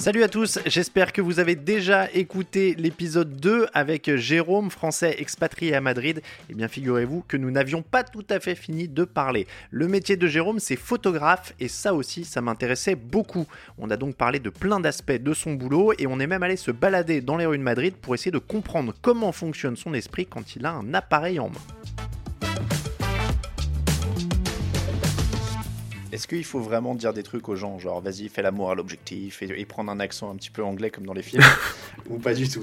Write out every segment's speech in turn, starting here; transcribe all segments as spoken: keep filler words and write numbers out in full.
Salut à tous, j'espère que vous avez déjà écouté l'épisode deux avec Jérôme, français expatrié à Madrid. Eh bien figurez-vous que nous n'avions pas tout à fait fini de parler. Le métier de Jérôme, c'est photographe et ça aussi, ça m'intéressait beaucoup. On a donc parlé de plein d'aspects de son boulot et on est même allé se balader dans les rues de Madrid pour essayer de comprendre comment fonctionne son esprit quand il a un appareil en main. Est-ce qu'il faut vraiment dire des trucs aux gens, genre vas-y fais l'amour à l'objectif et, et prendre un accent un petit peu anglais comme dans les films ou pas du tout?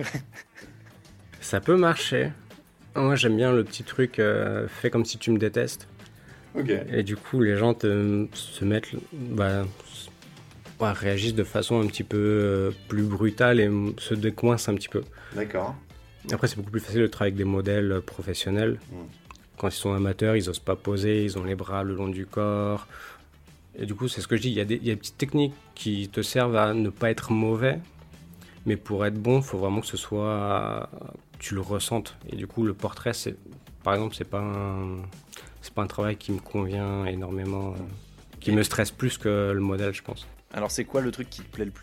Ça peut marcher. Moi j'aime bien le petit truc euh, fais comme si tu me détestes. Ok. Et du coup les gens te, se mettent, bah, bah, réagissent de façon un petit peu euh, plus brutale et se décoincent un petit peu. D'accord. Après c'est beaucoup plus facile de travailler avec des modèles professionnels. Mm. Quand ils sont amateurs, ils osent pas poser, ils ont les bras le long du corps. Et du coup, c'est ce que je dis, il y a des, il y a des petites techniques qui te servent à ne pas être mauvais, mais pour être bon, il faut vraiment que ce soit, tu le ressentes. Et du coup, le portrait, c'est, par exemple, c'est pas un, c'est pas un travail qui me convient énormément, euh, qui me stresse plus que le modèle, je pense. Alors, c'est quoi le truc qui te plaît le plus ?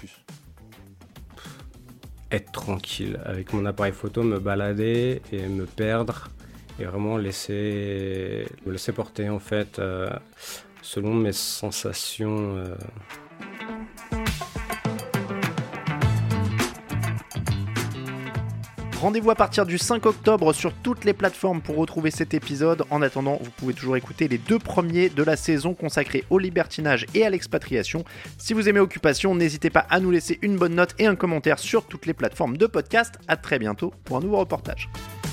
Être tranquille, avec mon appareil photo, me balader et me perdre. Et vraiment laisser, me laisser porter en fait euh, selon mes sensations. Euh... Rendez-vous à partir du cinq octobre sur toutes les plateformes pour retrouver cet épisode. En attendant, vous pouvez toujours écouter les deux premiers de la saison consacrés au libertinage et à l'expatriation. Si vous aimez Occupation, n'hésitez pas à nous laisser une bonne note et un commentaire sur toutes les plateformes de podcast. À très bientôt pour un nouveau reportage.